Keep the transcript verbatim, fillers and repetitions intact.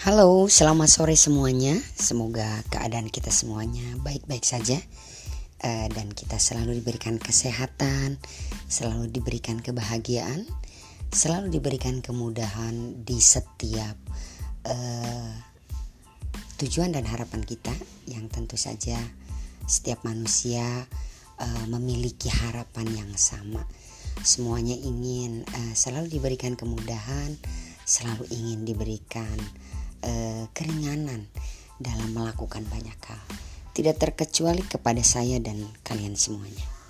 Halo, selamat sore semuanya. Semoga keadaan kita semuanya baik-baik saja, uh, dan kita selalu diberikan kesehatan, selalu diberikan kebahagiaan, selalu diberikan kemudahan di setiap uh, tujuan dan harapan kita. Yang tentu saja setiap manusia uh, memiliki harapan yang sama. Semuanya ingin uh, selalu diberikan kemudahan, selalu ingin diberikan Uh, keringanan dalam melakukan banyak hal, tidak terkecuali kepada saya dan kalian semuanya.